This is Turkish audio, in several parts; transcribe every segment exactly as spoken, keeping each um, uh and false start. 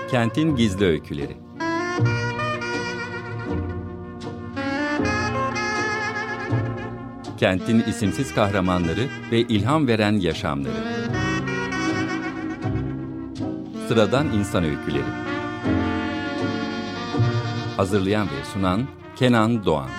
Kentin Gizli Öyküleri. Kentin isimsiz kahramanları ve ilham veren yaşamları. Sıradan insan öyküleri. Hazırlayan ve sunan Kenan Doğan.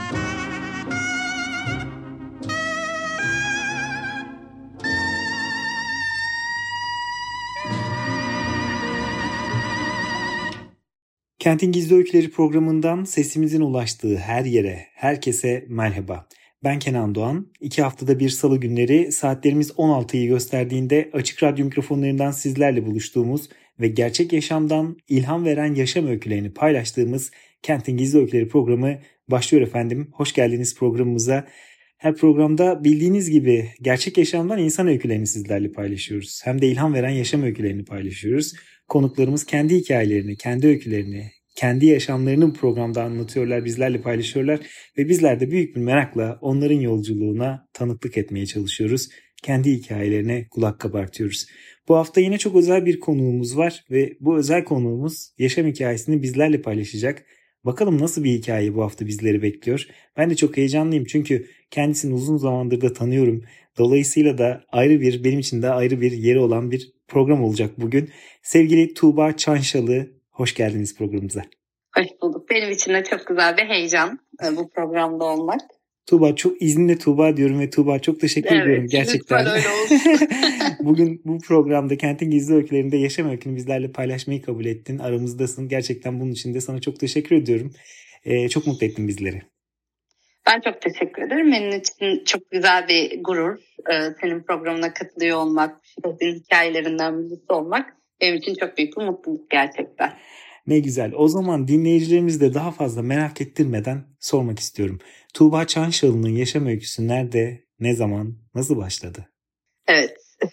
Kentin Gizli Öyküleri programından sesimizin ulaştığı her yere, herkese merhaba. Ben Kenan Doğan. İki haftada bir salı günleri saatlerimiz on altıyı gösterdiğinde Açık Radyo mikrofonlarından sizlerle buluştuğumuz ve gerçek yaşamdan ilham veren yaşam öykülerini paylaştığımız Kentin Gizli Öyküleri programı başlıyor efendim. Hoş geldiniz programımıza. Her programda bildiğiniz gibi gerçek yaşamdan insan öykülerini sizlerle paylaşıyoruz. Hem de ilham veren yaşam öykülerini paylaşıyoruz. Konuklarımız kendi hikayelerini, kendi öykülerini, kendi yaşamlarını bu programda anlatıyorlar, bizlerle paylaşıyorlar ve bizler de büyük bir merakla onların yolculuğuna tanıklık etmeye çalışıyoruz. Kendi hikayelerine kulak kabartıyoruz. Bu hafta yine çok özel bir konuğumuz var ve bu özel konuğumuz yaşam hikayesini bizlerle paylaşacak. Bakalım nasıl bir hikaye bu hafta bizleri bekliyor. Ben de çok heyecanlıyım çünkü kendisini uzun zamandır da tanıyorum. Dolayısıyla da ayrı bir, benim için de ayrı bir yeri olan bir program olacak bugün. Sevgili Tuğba Çanşalı, hoş geldiniz programımıza. Hoş bulduk. Benim için de çok güzel bir heyecan bu programda olmak. Tuğba, çok izninle Tuğba diyorum ve Tuğba çok teşekkür evet, ediyorum gerçekten. Lütfen öyle olsun. Bugün bu programda Kentin Gizli Öykülerinde yaşam öykünü bizlerle paylaşmayı kabul ettin. Aramızdasın. Gerçekten bunun için de sana çok teşekkür ediyorum. Ee, çok mutlu ettin bizleri. Ben çok teşekkür ederim. Benim için çok güzel bir gurur. Ee, senin programına katılıyor olmak, senin hikayelerinden birisi olmak benim için çok büyük bir mutluluk gerçekten. Ne güzel. O zaman dinleyicilerimizi de daha fazla merak ettirmeden sormak istiyorum. Tuğba Çanşalı'nın yaşam öyküsü nerede, ne zaman, nasıl başladı? Evet.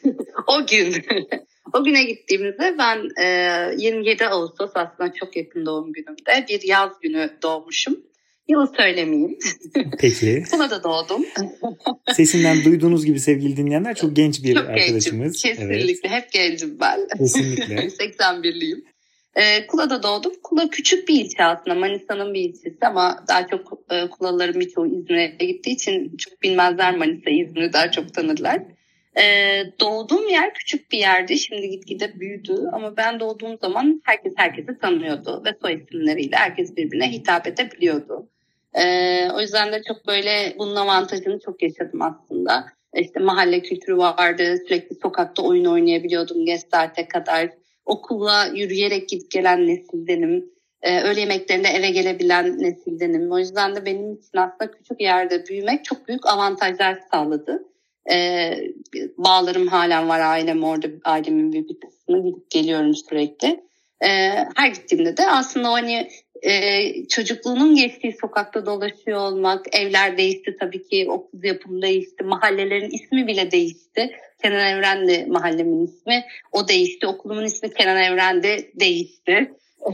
O gün. O güne gittiğimizde ben e, yirmi yedi Ağustos, aslında çok yakın doğum günümde, bir yaz günü doğmuşum. Yılı söylemeyeyim. Peki. Kula'da doğdum. Sesinden duyduğunuz gibi sevgili dinleyenler çok genç bir çok arkadaşımız. Gencim. Kesinlikle. Evet. Hep gencim ben. Kesinlikle. seksen birliyim. Ee, Kula'da doğdum. Kula küçük bir ilçe aslında. Manisa'nın bir ilçesi ama daha çok e, Kulalıların birçoğu İzmir'e gittiği için çok bilmezler Manisa, İzmir'i daha çok tanırlar. Ee, doğduğum yer küçük bir yerdi. Şimdi gitgide büyüdü ama ben doğduğum zaman herkes herkesi tanıyordu ve soy isimleriyle herkes birbirine hitap edebiliyordu. Ee, o yüzden de çok böyle bunun avantajını çok yaşadım aslında. İşte mahalle kültürü vardı. Sürekli sokakta oyun oynayabiliyordum geç saate kadar. Okula yürüyerek gidip gelen nesildenim. Ee, öğle yemeklerinde eve gelebilen nesildenim. O yüzden de benim için aslında küçük yerde büyümek çok büyük avantajlar sağladı. Ee, bağlarım halen var, ailem orada, ailemin büyük bir kısmına gidip geliyorum sürekli. Ee, her gittiğimde de aslında o hani e, çocukluğunun geçtiği sokakta dolaşıyor olmak, evler değişti tabii ki, okul yapımı değişti, mahallelerin ismi bile değişti. Kenan Evren'di mahallemin ismi, o değişti, okulumun ismi Kenan Evren'de değişti.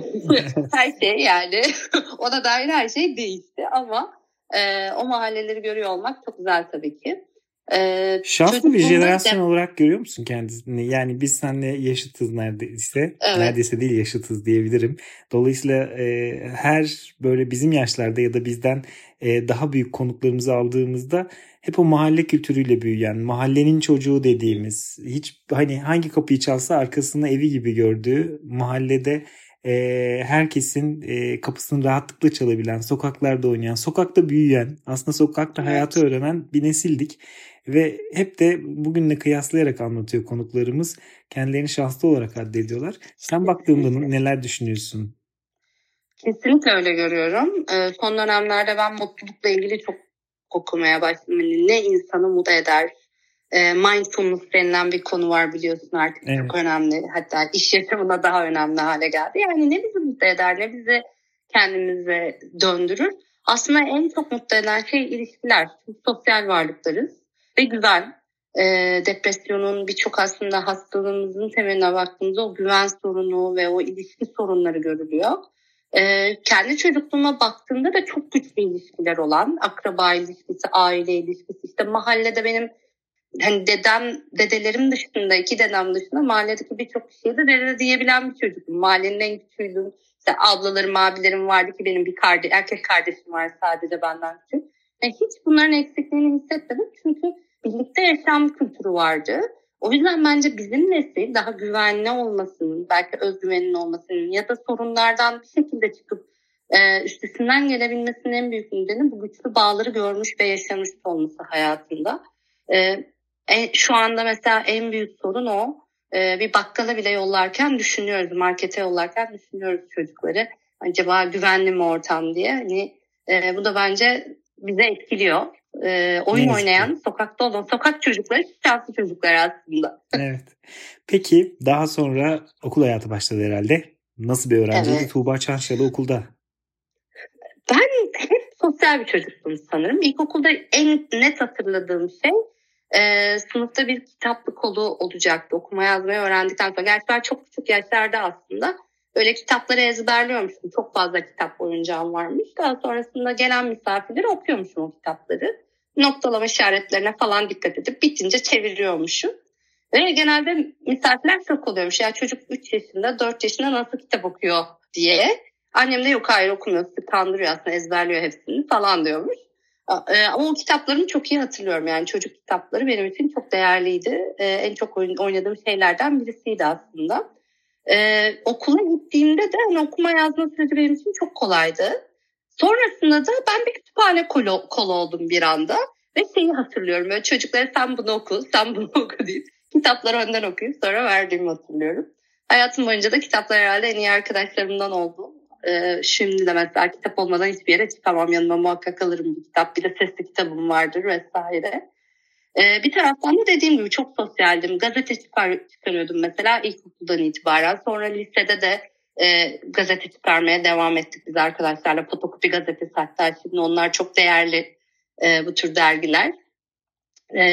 Her şey yani ona dair her şey değişti ama e, o mahalleleri görüyor olmak çok güzel tabii ki. Ee, Şanslı bir jenerasyon de... olarak görüyor musun kendisini? Yani biz seninle yaşıtız neredeyse. Evet. Neredeyse değil, yaşıtız diyebilirim. Dolayısıyla e, her böyle bizim yaşlarda ya da bizden e, daha büyük konuklarımızı aldığımızda hep o mahalle kültürüyle büyüyen, mahallenin çocuğu dediğimiz, hiç hani hangi kapıyı çalsa arkasında evi gibi gördüğü, mahallede e, herkesin e, kapısını rahatlıkla çalabilen, sokaklarda oynayan, sokakta büyüyen, aslında sokakta evet. hayatı öğrenen bir nesildik. Ve hep de bugünle kıyaslayarak anlatıyor konuklarımız. Kendilerini şanslı olarak addediyorlar. Sen baktığında neler düşünüyorsun? Kesinlikle öyle görüyorum. Ee, son dönemlerde ben mutlulukla ilgili çok okumaya başladım. Yani ne insanı mutlu eder? Ee, mindfulness denilen bir konu var, biliyorsun artık. Evet. Çok önemli. Hatta iş yaşamına daha önemli hale geldi. Yani ne bizi mutlu eder, ne bizi kendimize döndürür? Aslında en çok mutlu eden şey ilişkiler. Çünkü sosyal varlıklarız. Ve güzel. E, depresyonun birçok aslında hastalığımızın temeline baktığımızda o güven sorunu ve o ilişki sorunları görülüyor. E, kendi çocukluğuma baktığımda da çok güçlü ilişkiler olan, akraba ilişkisi, aile ilişkisi, işte mahallede benim hani dedem, dedelerim dışında, iki dedem dışında mahalledeki birçok kişiye de dede diyebilen bir çocuktum. Mahallenin en küçüğüydüm. İşte ablalarım, abilerim vardı ki benim bir kardeş, erkek kardeşim var sadece benden küçük. Yani hiç bunların eksikliğini hissetmedim. Çünkü birlikte yaşam kültürü vardı. O yüzden bence bizim nesil daha güvenli olmasının, belki özgüveninin olmasının ya da sorunlardan bir şekilde çıkıp e, üstesinden gelebilmesinin en büyük nedeni bu güçlü bağları görmüş ve yaşamış olması hayatında. E, e, şu anda mesela en büyük sorun o. E, bir bakkala bile yollarken düşünüyoruz, markete yollarken düşünüyoruz çocukları. Acaba güvenli mi ortam diye. Hani, e, bu da bence bize etkiliyor. E, oyun Ne oynayan, yazık ki. sokakta olan sokak çocukları şanslı çocuklar aslında. Evet. Peki daha sonra okul hayatı başladı herhalde. Nasıl bir öğrenciydi Evet. Tuğba Çanşalı okulda? Ben hep sosyal bir çocuktum sanırım. İlkokulda en net hatırladığım şey e, sınıfta bir kitaplık kolu olacaktı. Okuma yazmayı öğrendikten sonra. Gerçi ben çok küçük yaşlarda aslında böyle kitapları ezberliyormuşum. Çok fazla kitap oyuncağım varmış. Daha sonrasında gelen misafirleri okuyormuşum o kitapları. Noktalama işaretlerine falan dikkat edip bitince çeviriyormuşum. Ve genelde misafirler şok oluyormuş. Ya çocuk üç yaşında, dört yaşında nasıl kitap okuyor diye. Annem de yok hayır okumuyor, sizi kandırıyor aslında, ezberliyor hepsini falan diyormuş. Ama o kitaplarımı çok iyi hatırlıyorum. Yani çocuk kitapları benim için çok değerliydi. En çok oynadığım şeylerden birisiydi aslında. Ee, okula gittiğimde de hani okuma yazma süreci benim için çok kolaydı. Sonrasında da ben bir kütüphane kolu, kolu oldum bir anda. Ve şeyi hatırlıyorum, böyle çocuklara sen bunu oku, sen bunu oku deyip kitapları önden okuyup sonra verdiğimi hatırlıyorum. Hayatım boyunca da kitaplar herhalde en iyi arkadaşlarımdan oldu. Ee, şimdi de mesela kitap olmadan hiçbir yere çıkamam, yanıma muhakkak alırım bir kitap. Bir de sesli kitabım vardır vesaire. Ee, bir taraftan da dediğim gibi çok sosyaldim. Gazete çıkar, çıkarıyordum mesela ilkokuldan itibaren. Sonra lisede de e, gazete çıkarmaya devam ettik biz arkadaşlarla. Fotokopi gazetesi, hatta şimdi onlar çok değerli e, bu tür dergiler. E,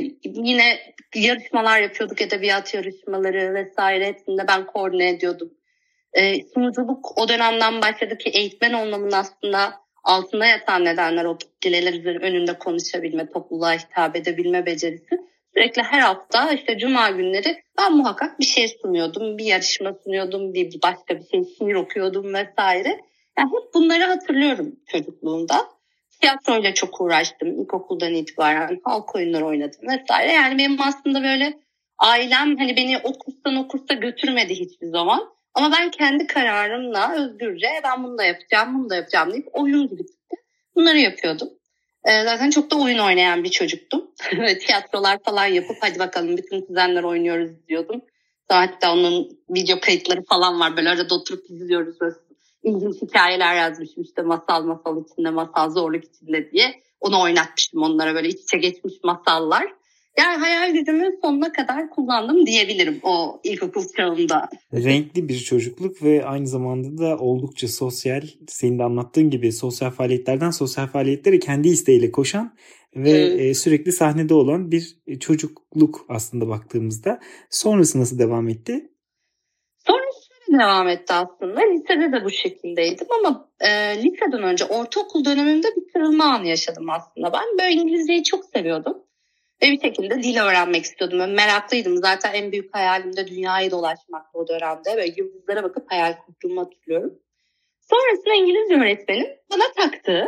yine yarışmalar yapıyorduk, edebiyat yarışmaları vesaire. Hepsinde ben koordine ediyordum. E, sunuculuk o dönemden başladı ki eğitmen olmamın aslında altında yatan nedenler o kitlelerin önünde konuşabilme, topluluğa hitap edebilme becerisi. Sürekli her hafta işte cuma günleri ben muhakkak bir şey sunuyordum, bir yarışma sunuyordum, bir başka bir şey, şiir okuyordum vesaire. Yani hep bunları hatırlıyorum çocukluğumda. Tiyatroyla çok uğraştım ilkokuldan itibaren, halk oyunları oynadım vesaire. Yani benim aslında böyle ailem hani beni o kurstan o kursa götürmedi hiçbir zaman. Ama ben kendi kararımla özgürce ben bunu da yapacağım, bunu da yapacağım deyip oyun gibi çıktı. Bunları yapıyordum. Ee, zaten çok da oyun oynayan bir çocuktum. Tiyatrolar falan yapıp hadi bakalım bütün kuzenler oynuyoruz diyordum. Hatta onun video kayıtları falan var. Böyle arada oturup izliyoruz. Böyle ilginç hikayeler yazmışım işte masal masal içinde, masal zorluk içinde diye. Onu oynatmıştım onlara, böyle iç içe geçmiş masallar. Yani hayal gücümün sonuna kadar kullandım diyebilirim o ilkokul çağımda. Renkli bir çocukluk ve aynı zamanda da oldukça sosyal, senin de anlattığın gibi sosyal faaliyetlerden sosyal faaliyetlere kendi isteğiyle koşan ve evet. sürekli sahnede olan bir çocukluk aslında baktığımızda. Sonrası nasıl devam etti? Sonrası şöyle devam etti aslında. Lisede de bu şekildeydim ama e, liseden önce ortaokul dönemimde bir kırılma anı yaşadım aslında ben. Böyle İngilizceyi çok seviyordum. Ve bir şekilde dil öğrenmek istiyordum. Ben meraklıydım. Zaten en büyük hayalim de dünyayı dolaşmaktı o dönemde. Böyle yıldızlara bakıp hayal kurduğumu hatırlıyorum. Sonrasında İngilizce öğretmenim bana taktı.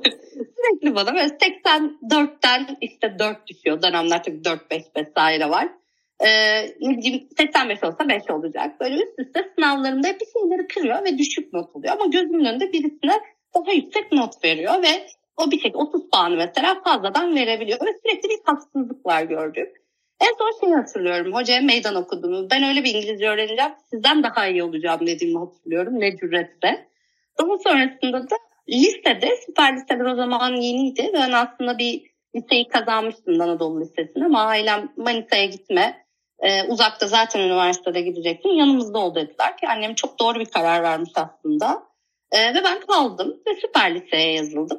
Sürekli bana böyle seksen dörtten işte dört düşüyor. Dönemler tabii dört beş vesaire var. Ee, ne bileyim seksen beş olsa beş olacak. Böyle üst üste sınavlarımda hep bir şeyleri kırıyor ve düşük not oluyor. Ama gözümün önünde birisine daha yüksek not veriyor ve o bir şekilde otuz puanı mesela fazladan verebiliyor ve sürekli bir haksızlık var gördüm. En son şeyi hatırlıyorum. Hocaya meydan okudum. Ben öyle bir İngilizce öğreneceğim, sizden daha iyi olacağım dediğimi hatırlıyorum. Ne cüretse. Daha sonrasında da lisede, süper liseler o zaman yeniydi. Ben aslında bir liseyi kazanmıştım, Anadolu Lisesi'ne, ama ailem Manisa'ya gitme. Ee, uzakta zaten üniversitede gidecektin. Yanımızda ol dediler ki annem çok doğru bir karar vermiş aslında. Ee, ve ben kaldım ve süper liseye yazıldım.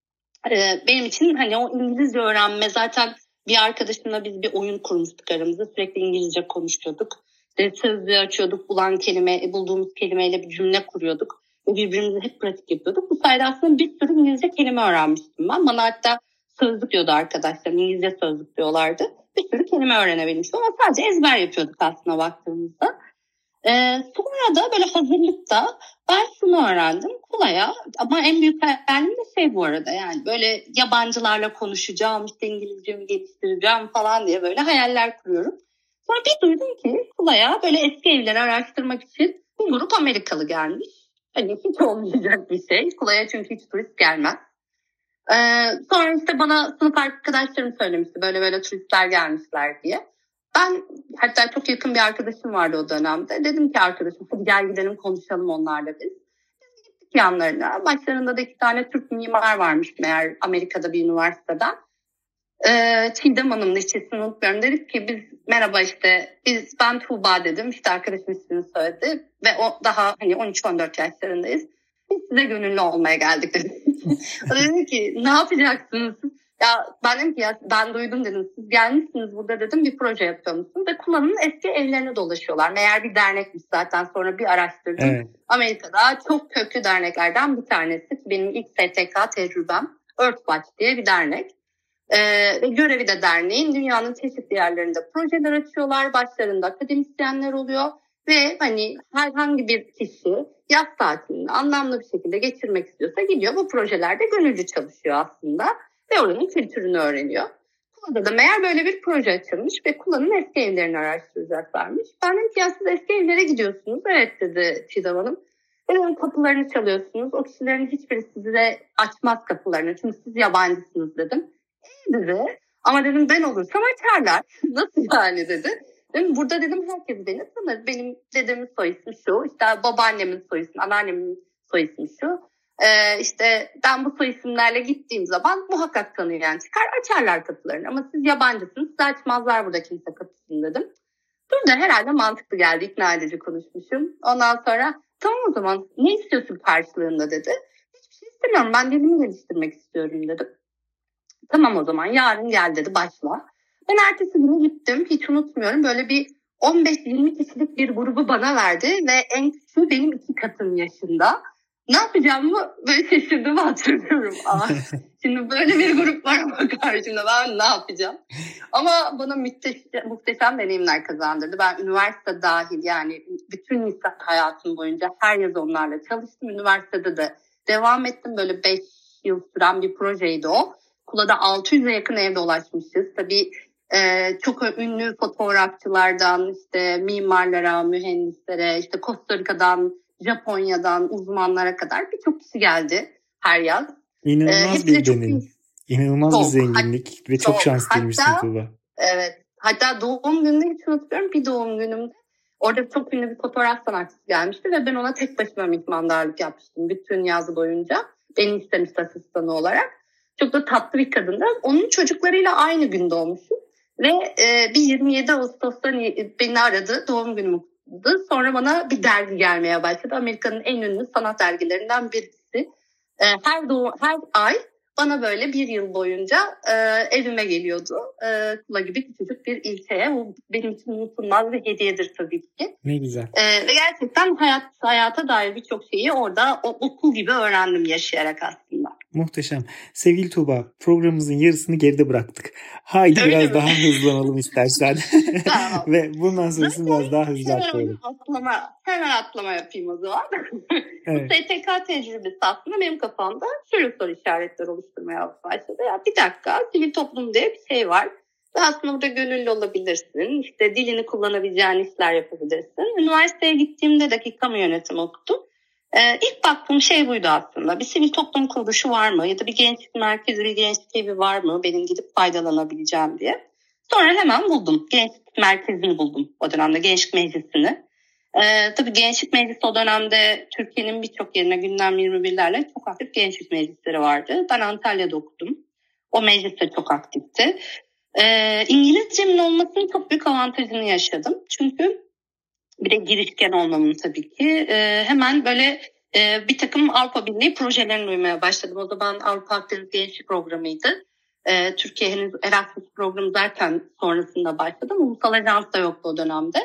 Benim için hani o İngilizce öğrenme, zaten bir arkadaşımla biz bir oyun kurmuştuk aramızda. Sürekli İngilizce konuşuyorduk. Sözlüğü açıyorduk. Bulan kelime, bulduğumuz kelimeyle bir cümle kuruyorduk. Ve birbirimize hep pratik yapıyorduk. Bu sayede aslında bir sürü İngilizce kelime öğrenmiştim ben. Bana hatta sözlük diyordu arkadaşlar. İngilizce sözlük diyorlardı. bir sürü kelime öğrenebilmiştim ama sadece ezber yapıyorduk aslında baktığımızda. Ee, sonra da böyle hazırlıkta ben şunu öğrendim. Kula'ya, ama en büyük hayalim de şey bu arada, yani böyle yabancılarla konuşacağım, işte İngilizcemi geliştireceğim falan diye böyle hayaller kuruyorum. Sonra bir duydum ki Kula'ya böyle eski evleri araştırmak için bir grup Amerikalı gelmiş. Hani hiç olmayacak bir şey. Kula'ya çünkü hiç turist gelmez. Ee, sonra işte bana sınıf arkadaşlarım söylemişti böyle böyle turistler gelmişler diye. Ben, hatta çok yakın bir arkadaşım vardı o dönemde. Dedim ki arkadaşım, hadi gel gidelim konuşalım onlarla biz. Biz gittik yanlarına. Başlarında da iki tane Türk mimar varmış meğer Amerika'da bir üniversiteden. Ee, Çiğdem Hanım'ın işçisini unutmuyorum. Dedik ki biz merhaba işte biz ben Tuğba dedim. İşte arkadaşım ismini söyledi. Ve o daha hani on üç on dört yaşlarındayız. Biz size gönüllü olmaya geldik dedik. O dedi ki ne yapacaksınız? Ya ben dedim ki ya ben duydum dedim. Siz gelmişsiniz burada dedim, bir proje yapıyor musunuz? Ve Kula'nın eski evlerine dolaşıyorlar. Meğer bir dernekmiş zaten, sonra bir araştırdım. Evet. Amerika'da çok köklü derneklerden bir tanesi. Benim ilk S T K tecrübem Earthwatch diye bir dernek. Ee, ve görevi de derneğin dünyanın çeşitli yerlerinde projeler açıyorlar. Başlarında akademisyenler oluyor. Ve hani herhangi bir kişi yaz tatilini anlamlı bir şekilde geçirmek istiyorsa gidiyor. Bu projelerde gönüllü çalışıyor aslında. Ve oranın kültürünü öğreniyor. Kula'da da meğer böyle bir proje açılmış ve Kula'nın eski evlerini araştıracaklarmış. Ben dedim ki ya siz eski evlere gidiyorsunuz. Evet dedi Çiğdem Hanım. Benim kapılarını çalıyorsunuz. O kişilerin hiçbiri size açmaz kapılarını. Çünkü siz yabancısınız dedim. İyi dedi. Ama dedim ben olursam açarlar. Nasıl yani dedi. Dedim, burada dedim herkes beni tanır. Benim dedemin soy ismi şu. İşte babaannemin soy ismi, anneannemin soy ismi şu. Ee, işte ben bu soy isimlerle gittiğim zaman muhakkak tanıyan çıkar, açarlar kapılarını. Ama siz yabancısınız, size açmazlar burada kimse kapısını dedim. Dur da herhalde mantıklı geldi, ikna edici konuşmuşum. Ondan sonra tamam o zaman ne istiyorsun karşılığında dedi. Hiçbir şey istemiyorum, ben dilimi geliştirmek istiyorum dedim. Tamam o zaman yarın gel dedi, başla. Ben ertesi günü gittim, hiç unutmuyorum, böyle bir on beş yirmi kişilik bir grubu bana verdi ve en küçüğü benim iki katım yaşında. Ne yapacağımı böyle şaşırdığımı hatırlıyorum. Aa, şimdi böyle bir grup var ama karşımda ben ne yapacağım? Ama bana müthiş, muhteşem deneyimler kazandırdı. Ben üniversite dahil yani bütün lise hayatım boyunca her yaz onlarla çalıştım. Üniversitede de devam ettim. Böyle beş yıl süren bir projeydi o. Kula'da altı yüze yakın evde ulaşmışız. Tabii e, çok ünlü fotoğrafçılardan işte mimarlara, mühendislere, işte Costa Rica'dan, Japonya'dan uzmanlara kadar birçok kişi geldi her yaz. İnanılmaz ee, bir deneyim. İnanılmaz çok, bir zenginlik hat, ve çok, çok şanslıymışsın Tuğba. Evet. Hatta doğum gününde hiç unutmuyorum. Bir doğum günümde orada çok ünlü bir fotoğraf sanatçısı gelmişti ve ben ona tek başıma mihmandarlık yapmıştım bütün yaz boyunca. Beni istemişti asistanı olarak. Çok da tatlı bir kadındı. Onun çocuklarıyla aynı gün doğmuşum. Ve e, bir yirmi yedi Ağustos'ta beni aradı. Doğum günümü sonra bana bir dergi gelmeye başladı. Amerika'nın en ünlü sanat dergilerinden birisi. Ee, her doğum, her ay bana böyle bir yıl boyunca e, evime geliyordu. E, Kula gibi küçücük bir ilçeye. Bu benim için unutulmaz bir hediyedir tabii ki. Ne güzel. E, ve gerçekten hayat hayata dair birçok şeyi orada o, okul gibi öğrendim yaşayarak aslında. Muhteşem. Sevgili Tuğba, programımızın yarısını geride bıraktık. Haydi öyle biraz mi? Daha hızlanalım istersen. Tamam. Ve bundan sonrasını biraz daha hızlı aktaralım. Atlama, hemen atlama yapayım o zaman. Evet. Bu S T K tecrübesi aslında benim kafamda şöyle soru işaretleri oluşturmaya başladı. Ya bir dakika, sivil toplum diye bir şey var. Ve aslında burada gönüllü olabilirsin. İşte dilini kullanabileceğin işler yapabilirsin. Üniversiteye gittiğimde de kamu yönetimi okudum. Ee, ilk baktığım şey buydu aslında. Bir sivil toplum kuruluşu var mı? Ya da bir gençlik merkezi, bir gençlik evi var mı? Benim gidip faydalanabileceğim diye. Sonra hemen buldum. Gençlik merkezini buldum o dönemde. Gençlik meclisini. Ee, tabii gençlik meclisi o dönemde Türkiye'nin birçok yerine gündem yirmi birlerle çok aktif gençlik meclisleri vardı. Ben Antalya'da okudum. O meclis de çok aktifti. Ee, İngilizcemin olmasının çok büyük avantajını yaşadım. Çünkü bir de girişken olmamın tabii ki. Ee, hemen böyle e, bir takım Avrupa Birliği projelerini duymaya başladım. O zaman Avrupa Akdeniz Gençlik Programı'ydı. Ee, Türkiye henüz Erasmus programı zaten sonrasında başladı. Ulusal Ajans da yoktu o dönemde.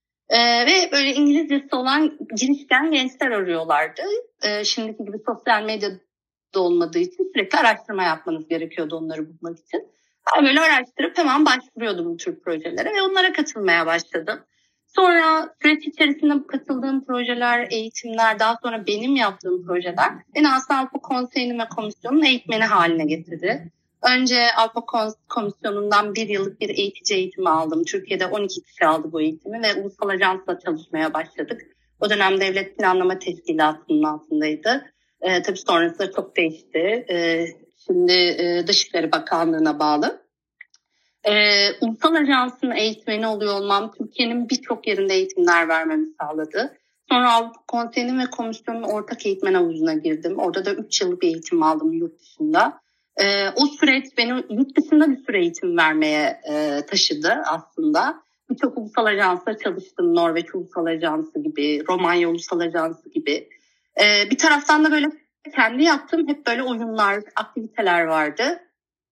Ee, ve böyle İngilizcesi olan girişken gençler arıyorlardı. Ee, şimdiki gibi sosyal medyada olmadığı için sürekli araştırma yapmanız gerekiyordu onları bulmak için. Ben böyle araştırıp hemen başvuruyordum bu tür projelere ve onlara katılmaya başladım. Sonra süreç içerisinde katıldığım projeler, eğitimler, daha sonra benim yaptığım projeler beni aslında Avrupa Konseyi'nin ve Komisyonu'nun eğitmeni haline getirdi. Önce Avrupa Komisyonu'ndan bir yıllık bir eğitici eğitimi aldım. Türkiye'de on iki kişi aldı bu eğitimi ve ulusal ajansla çalışmaya başladık. O dönem Devlet Planlama Teşkilatı'nın altındaydı. Ee, tabii sonrasında çok değişti. Ee, şimdi e, Dışişleri Bakanlığı'na bağlı. Ee, ulusal ajansın eğitmeni oluyor olmam Türkiye'nin birçok yerinde eğitimler vermemi sağladı. Sonra Avrupa Konseyi'nin ve Komisyon'un ortak eğitmen havuzuna girdim. Orada da üç yıllık bir eğitim aldım yurt dışında. Ee, o süreç beni yurt dışında bir süre eğitim vermeye e, taşıdı aslında. Birçok ulusal ajansla çalıştım. Norveç Ulusal Ajansı gibi, Romanya Ulusal Ajansı gibi. Ee, bir taraftan da böyle kendi yaptığım hep böyle oyunlar, aktiviteler vardı.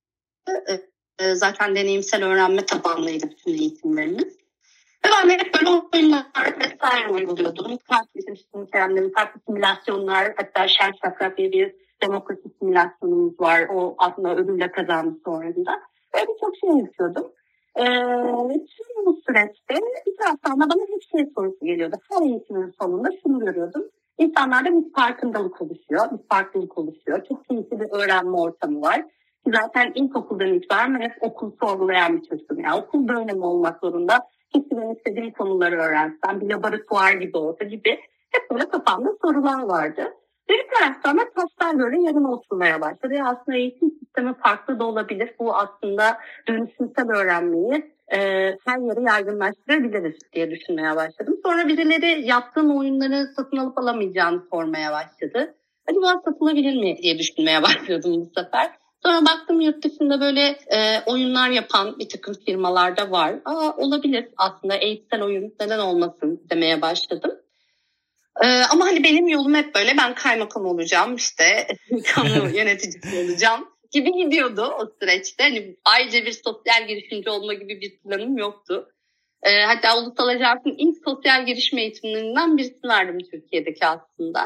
Ee, zaten deneyimsel öğrenme tabanlıydı bütün eğitimlerimiz. Ve ben hep böyle oyunlar vesaire uyguluyordum. Farklı kendim, farklı simülasyonlar, hatta Şen Şakrak diye bir demokrasi simülasyonumuz var. O aslında ödülle kazandı sonrasında. Böyle birçok şey yapıyordum. Ee, tüm bu süreçte bir taraftan da bana hep şey sorusu geliyordu. Her eğitimin sonunda şunu görüyordum. İnsanlarda bir farkındalık oluşuyor, bir farklılık oluşuyor. Çok keyifli bir öğrenme ortamı var. Zaten ilkokuldan itibaren ben hep okul sorgulayan bir çocuğum. Yani okul böyle mi olmak zorunda? Kişinin istediği konuları öğrensem, bir laboratuvar gibi olsa gibi hep böyle kafamda sorular vardı. Ve bir taraftan da taşlar böyle yanıma oturmaya başladı. Yani aslında eğitim sistemi farklı da olabilir. Bu aslında dönüşümsel öğrenmeyi e, her yere yaygınlaştırabiliriz diye düşünmeye başladım. Sonra birileri yaptığım oyunları satın alıp alamayacağını sormaya başladı. Acaba satılabilir mi diye düşünmeye başladım bu sefer. Sonra baktım yurt dışında böyle e, oyunlar yapan bir takım firmalar da var. Aa, olabilir aslında eğitsel oyun neden olmasın demeye başladım. Ee, ama hani benim yolum hep böyle ben kaymakam olacağım işte kamu yöneticisi olacağım gibi gidiyordu o süreçte. Hani ayrıca bir sosyal girişimci olma gibi bir planım yoktu. Ee, hatta Ulusal Ajans'ın ilk sosyal girişim eğitimlerinden birisini verdim Türkiye'deki aslında.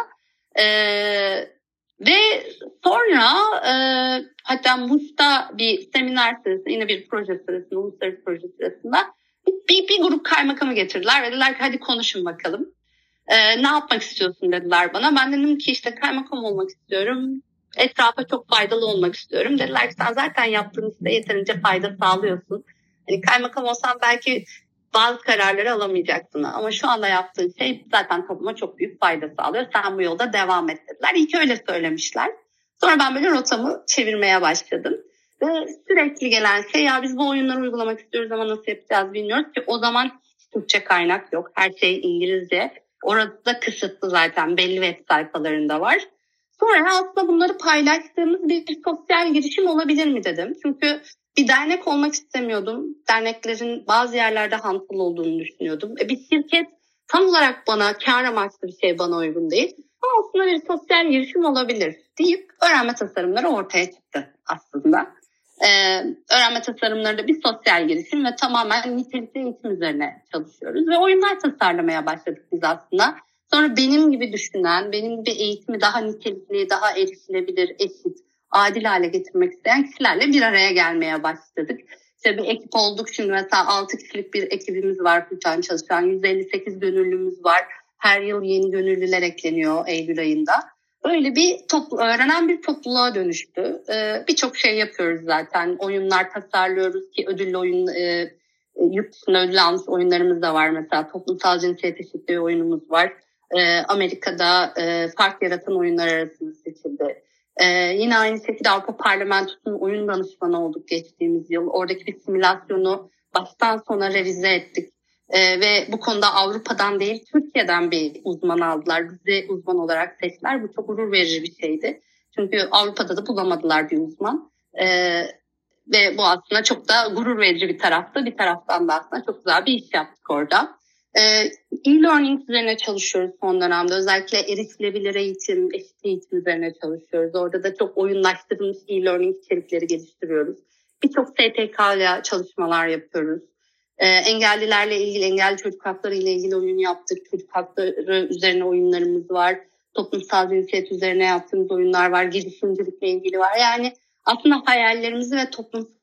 Ee, ve sonra e, hatta Muş'ta bir seminer sırasında yine bir proje sırasında, uluslararası proje sırasında bir, bir, bir grup kaymakamı getirdiler ve dediler ki hadi konuşun bakalım. Ee, ne yapmak istiyorsun dediler bana. Ben dedim ki işte kaymakam olmak istiyorum. Etrafa çok faydalı olmak istiyorum. Dediler ki sen zaten yaptığın işte yeterince fayda sağlıyorsun. Yani kaymakam olsan belki bazı kararları alamayacaksın. Ama şu anda yaptığın şey zaten topluma çok büyük fayda sağlıyor. Sen bu yolda devam et dediler. İyi ki öyle söylemişler. Sonra ben böyle rotamı çevirmeye başladım. Ve sürekli gelen şey ya biz bu oyunları uygulamak istiyoruz ama nasıl yapacağız bilmiyoruz ki o zaman Türkçe kaynak yok. Her şey İngilizce. Orada da kısıtlı zaten belli web sayfalarında var. Sonra aslında bunları paylaştığımız bir, bir sosyal girişim olabilir mi dedim. Çünkü bir dernek olmak istemiyordum. Derneklerin bazı yerlerde hantal olduğunu düşünüyordum. E bir şirket tam olarak bana kâr amaçlı bir şey bana uygun değil. Ama aslında bir sosyal girişim olabilir deyip öğrenme tasarımları ortaya çıktı aslında. Ee, öğrenme tasarımları da bir sosyal girişim ve tamamen nitelikli eğitim üzerine çalışıyoruz. Ve oyunlar tasarlamaya başladık biz aslında. Sonra benim gibi düşünen, benim gibi eğitimi daha nitelikli, daha erişilebilir, eşit, adil hale getirmek isteyen kişilerle bir araya gelmeye başladık. İşte bir ekip olduk. Şimdi mesela altı kişilik bir ekibimiz var full-time çalışan. yüz elli sekiz gönüllümüz var. Her yıl yeni gönüllüler ekleniyor Eylül ayında. Öyle bir toplu, öğrenen bir topluluğa dönüştü. Ee, Birçok şey yapıyoruz zaten. Oyunlar tasarlıyoruz ki ödüllü oyun, e, yurt dışında ödül almış oyunlarımız da var. Mesela toplumsal cinsiyet eşitliği oyunumuz var. Ee, Amerika'da e, fark yaratan oyunlar arasında seçildi. Ee, yine aynı şekilde Avrupa Parlamentosu'nun oyun danışmanı olduk geçtiğimiz yıl. Oradaki bir simülasyonu baştan sona revize ettik. Ee, ve bu konuda Avrupa'dan değil Türkiye'den bir uzman aldılar. Bizi uzman olarak seçtiler. Bu çok gurur verici bir şeydi. Çünkü Avrupa'da da bulamadılar bir uzman. Ee, ve bu aslında çok da gurur verici bir taraftı. Bir taraftan da aslında çok güzel bir iş yaptık orada. Ee, e-learning üzerine çalışıyoruz son dönemde. Özellikle erişilebilir eğitim, eşit eğitim üzerine çalışıyoruz. Orada da çok oyunlaştırılmış e-learning içerikleri geliştiriyoruz. Birçok S T K ile çalışmalar yapıyoruz. Ee, engellilerle ilgili, engelli çocuk hakları ile ilgili oyun yaptık. Çocuk hakları üzerine oyunlarımız var. Toplumsal cinsiyet üzerine yaptığımız oyunlar var. Girişimcilikle ilgili var. Yani aslında hayallerimizi ve toplumsal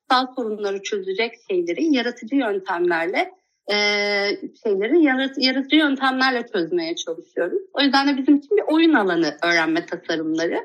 toplumsal sorunları çözecek şeyleri yaratıcı yöntemlerle e, şeyleri yarat, yaratıcı yöntemlerle çözmeye çalışıyoruz. O yüzden de bizim için bir oyun alanı öğrenme tasarımları.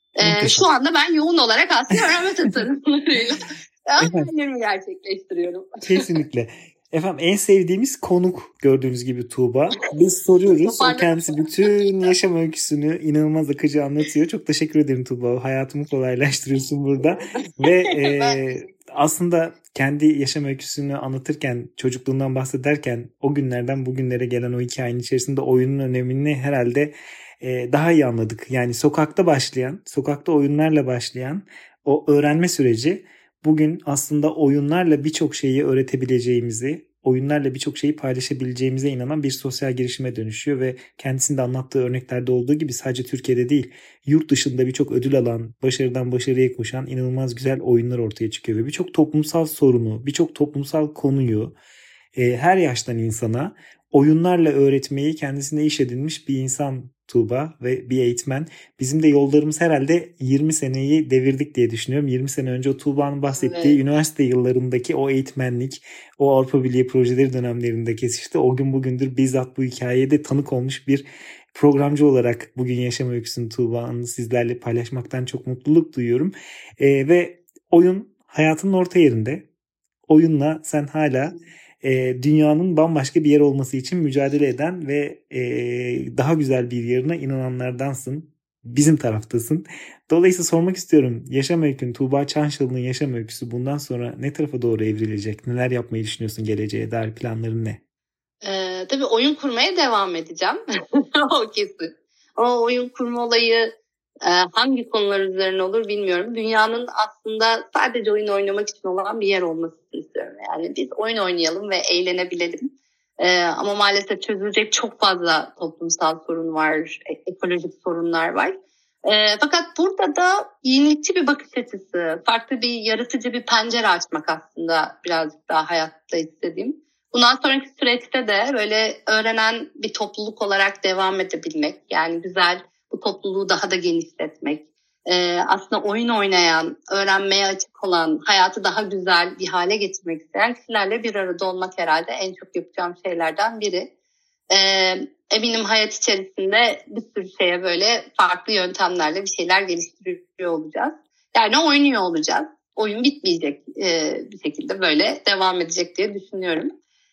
E, şu anda ben yoğun olarak aslında öğrenme tasarımlarıyla öğrenmelerimi gerçekleştiriyorum. Kesinlikle. Efendim en sevdiğimiz konuk gördüğünüz gibi Tuğba. Biz soruyoruz. O kendisi bütün yaşam öyküsünü inanılmaz akıcı anlatıyor. Çok teşekkür ederim Tuğba. Hayatımı kolaylaştırıyorsun burada. Ve e, aslında kendi yaşam öyküsünü anlatırken, çocukluğundan bahsederken o günlerden bugünlere gelen o hikayenin içerisinde oyunun önemini herhalde e, daha iyi anladık. Yani sokakta başlayan, sokakta oyunlarla başlayan o öğrenme süreci bugün aslında oyunlarla birçok şeyi öğretebileceğimizi, oyunlarla birçok şeyi paylaşabileceğimize inanan bir sosyal girişime dönüşüyor ve kendisinde anlattığı örneklerde olduğu gibi sadece Türkiye'de değil, yurt dışında birçok ödül alan, başarıdan başarıya koşan inanılmaz güzel oyunlar ortaya çıkıyor ve birçok toplumsal sorunu, birçok toplumsal konuyu e, her yaştan insana oyunlarla öğretmeyi kendisine iş edinmiş bir insan Tuğba ve bir eğitmen. Bizim de yollarımız herhalde yirmi seneyi devirdik diye düşünüyorum. yirmi sene önce o Tuğba'nın bahsettiği evet. Üniversite yıllarındaki o eğitmenlik, o Avrupa Birliği projeleri dönemlerinde kesişti. O gün bugündür bizzat bu hikayeye de tanık olmuş bir programcı olarak bugün yaşam öyküsünü Tuğba'nın sizlerle paylaşmaktan çok mutluluk duyuyorum. Ee, ve oyun hayatının orta yerinde. Oyunla sen hala E, dünyanın bambaşka bir yer olması için mücadele eden ve e, daha güzel bir yerine inananlardansın. Bizim taraftasın. Dolayısıyla sormak istiyorum. Yaşam öykün, Tuğba Çanşalı'nın yaşam öyküsü bundan sonra ne tarafa doğru evrilecek? Neler yapmayı düşünüyorsun geleceğe dair, planların ne? Ee, tabii oyun kurmaya devam edeceğim. O kesin. Ama oyun kurma olayı e, hangi konular üzerine olur bilmiyorum. Dünyanın aslında sadece oyun oynamak için olan bir yer olmasını istiyorum. Yani biz oyun oynayalım ve eğlenebilelim. Ee, ama maalesef çözülecek çok fazla toplumsal sorun var, ekolojik sorunlar var. Ee, fakat burada da yenilikçi bir bakış açısı, farklı bir yaratıcı bir pencere açmak aslında birazcık daha hayatta istediğim. Bundan sonraki süreçte de böyle öğrenen bir topluluk olarak devam edebilmek, yani güzel bu topluluğu daha da genişletmek, ee, aslında oyun oynayan, öğrenmeye açık olan, hayatı daha güzel bir hale getirmek isteyen kişilerle bir arada olmak herhalde en çok yapacağım şeylerden biri. Ee, eminim hayat içerisinde bir sürü şeye böyle farklı yöntemlerle bir şeyler geliştiriyor olacağız. Yani oynuyor olacağız. Oyun bitmeyecek ee, bir şekilde böyle devam edecek diye düşünüyorum.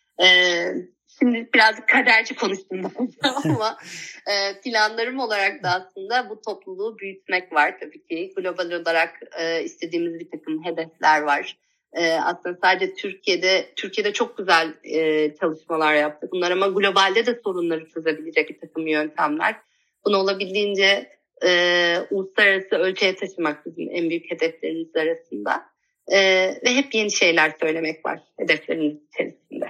Ee, şimdi birazcık kaderci konuştum ama e, planlarım olarak da aslında bu topluluğu büyütmek var tabii ki. Global olarak e, istediğimiz bir takım hedefler var. E, aslında sadece Türkiye'de Türkiye'de çok güzel e, çalışmalar yaptık. Bunlar ama globalde de sorunları çözebilecek bir takım yöntemler. Bunu olabildiğince e, uluslararası ölçüye taşımak bizim en büyük hedeflerimiz arasında. E, ve hep yeni şeyler söylemek var hedeflerimiz içerisinde.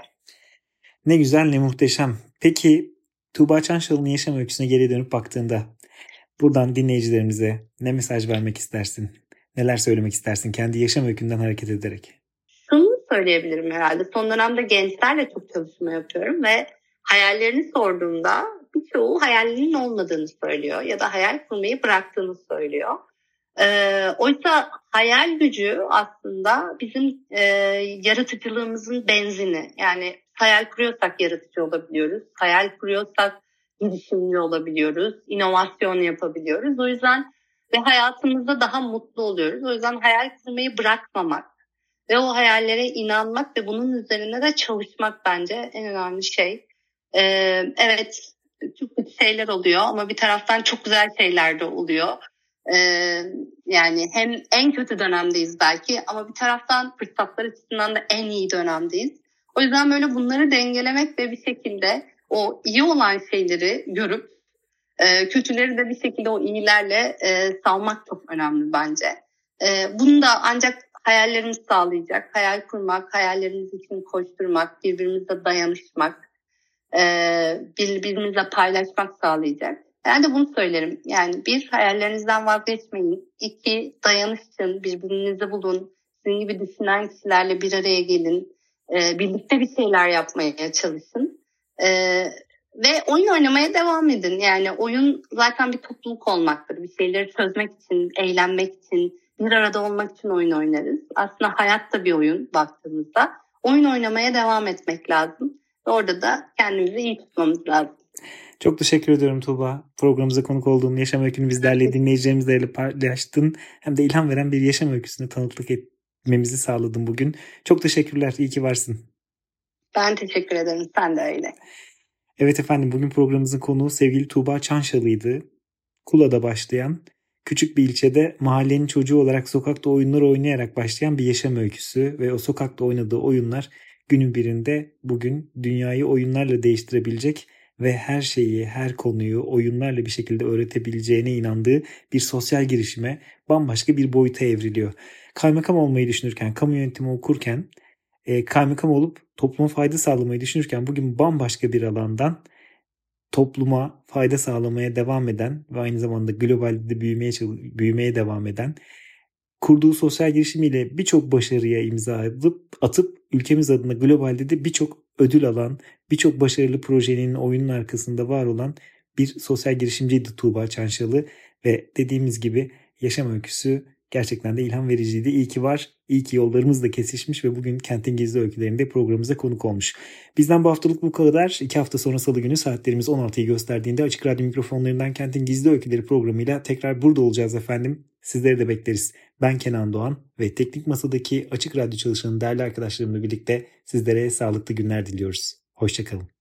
Ne güzel, ne muhteşem. Peki Tuğba Çanşalı'nın yaşam öyküsüne geri dönüp baktığında buradan dinleyicilerimize ne mesaj vermek istersin? Neler söylemek istersin kendi yaşam öykünden hareket ederek? Şunu söyleyebilirim herhalde. Son dönemde gençlerle çok çalışma yapıyorum ve hayallerini sorduğumda birçoğu hayallerinin olmadığını söylüyor ya da hayal kurmayı bıraktığını söylüyor. Ee, oysa hayal gücü aslında bizim e, yaratıcılığımızın benzini. Yani hayal kuruyorsak yaratıcı olabiliyoruz. Hayal kuruyorsak girişimci olabiliyoruz. İnovasyon yapabiliyoruz. O yüzden ve hayatımızda daha mutlu oluyoruz. O yüzden hayal kurmayı bırakmamak ve o hayallere inanmak ve bunun üzerine de çalışmak bence en önemli şey. Ee, evet, çok kötü şeyler oluyor ama bir taraftan çok güzel şeyler de oluyor. Ee, yani hem en kötü dönemdeyiz belki ama bir taraftan fırsatlar açısından da en iyi dönemdeyiz. O yüzden böyle bunları dengelemek ve bir şekilde o iyi olan şeyleri görüp e, kötüleri de bir şekilde o iyilerle e, salmak çok önemli bence. E, bunu da ancak hayallerimiz sağlayacak. Hayal kurmak, hayallerimiz için koşturmak, birbirimizle dayanışmak, e, birbirimizle paylaşmak sağlayacak. Ben de bunu söylerim. Yani bir, hayallerinizden vazgeçmeyin. İki, dayanışın, birbirinizi bulun. Sizin gibi düşünen kişilerle bir araya gelin. Ee, birlikte bir şeyler yapmaya çalışın. Ee, ve oyun oynamaya devam edin. Yani oyun zaten bir topluluk olmaktır. Bir şeyleri çözmek için, eğlenmek için, bir arada olmak için oyun oynarız. Aslında hayat da bir oyun baktığımızda. Oyun oynamaya devam etmek lazım. Ve orada da kendimizi iyi tutmamız lazım. Çok teşekkür ediyorum Tuğba. Programımıza konuk olduğun, yaşam öykünü bizlerle, dinleyicilerimizle paylaştın. Hem de ilham veren bir yaşam öyküsüne tanıklık etmemizi sağladın bugün. Çok teşekkürler. İyi ki varsın. Ben teşekkür ederim. Sen de öyle. Evet efendim, bugün programımızın konuğu sevgili Tuğba Çanşalı'ydı. Kula'da başlayan, küçük bir ilçede mahallenin çocuğu olarak sokakta oyunlar oynayarak başlayan bir yaşam öyküsü ve o sokakta oynadığı oyunlar günün birinde bugün dünyayı oyunlarla değiştirebilecek ve her şeyi, her konuyu oyunlarla bir şekilde öğretebileceğine inandığı bir sosyal girişime, bambaşka bir boyuta evriliyor. Kaymakam olmayı düşünürken, kamu yönetimi okurken, e, kaymakam olup topluma fayda sağlamayı düşünürken bugün bambaşka bir alandan topluma fayda sağlamaya devam eden ve aynı zamanda globalde de büyümeye, büyümeye devam eden, kurduğu sosyal girişimiyle birçok başarıya imza atıp, atıp ülkemiz adına globalde de birçok ödül alan, birçok başarılı projenin oyunun arkasında var olan bir sosyal girişimciydi Tuğba Çanşalı ve dediğimiz gibi yaşam öyküsü gerçekten de ilham vericiydi. İyi ki var, iyi ki yollarımız da kesişmiş ve bugün Kentin Gizli Öykülerinde programımıza konuk olmuş. Bizden bu haftalık bu kadar. İki hafta sonra Salı günü saatlerimiz on altıyı gösterdiğinde Açık Radyo mikrofonlarından Kentin Gizli Öyküleri programıyla tekrar burada olacağız efendim. Sizleri de bekleriz. Ben Kenan Doğan ve Teknik Masa'daki Açık Radyo çalışanı değerli arkadaşlarımla birlikte sizlere sağlıklı günler diliyoruz. Hoşça kalın.